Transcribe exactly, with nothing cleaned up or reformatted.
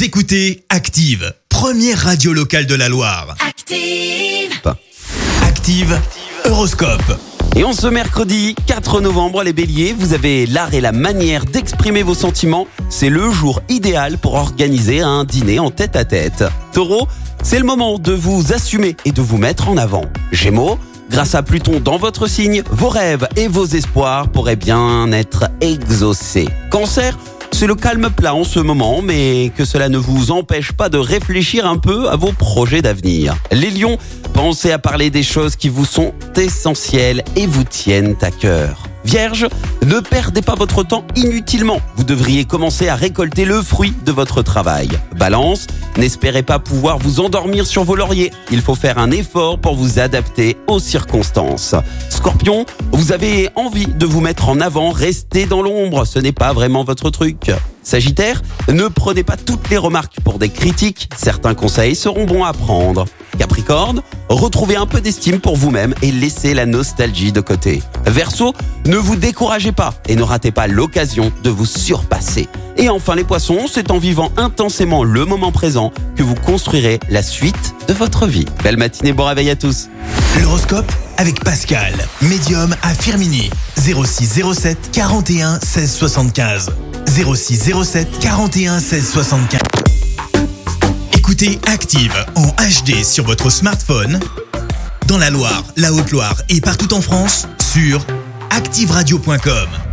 Vous écoutez Active, première radio locale de la Loire. Active. Active Horoscope. Et en ce mercredi quatre novembre, les béliers, vous avez l'art et la manière d'exprimer vos sentiments. C'est le jour idéal pour organiser un dîner en tête-à-tête. Taureau, c'est le moment de vous assumer et de vous mettre en avant. Gémeaux, grâce à Pluton dans votre signe, vos rêves et vos espoirs pourraient bien être exaucés. Cancer, c'est le calme plat en ce moment, mais que cela ne vous empêche pas de réfléchir un peu à vos projets d'avenir. Les lions, pensez à parler des choses qui vous sont essentielles et vous tiennent à cœur. Vierge, ne perdez pas votre temps inutilement. Vous devriez commencer à récolter le fruit de votre travail. Balance, n'espérez pas pouvoir vous endormir sur vos lauriers. Il faut faire un effort pour vous adapter aux circonstances. Scorpion, vous avez envie de vous mettre en avant, restez dans l'ombre, ce n'est pas vraiment votre truc. Sagittaire, ne prenez pas toutes les remarques pour des critiques, certains conseils seront bons à prendre. Capricorne, retrouvez un peu d'estime pour vous-même et laissez la nostalgie de côté. Verseau, ne vous découragez pas et ne ratez pas l'occasion de vous surpasser. Et enfin les poissons, c'est en vivant intensément le moment présent que vous construirez la suite de votre vie. Belle matinée, bon réveil à tous. L'horoscope avec Pascal, médium à Firminy. zéro six zéro sept quarante et un seize soixante-quinze. zéro six zéro sept quarante et un seize soixante-quinze. Écoutez Active en H D sur votre smartphone, dans la Loire, la Haute-Loire et partout en France, sur active radio point com.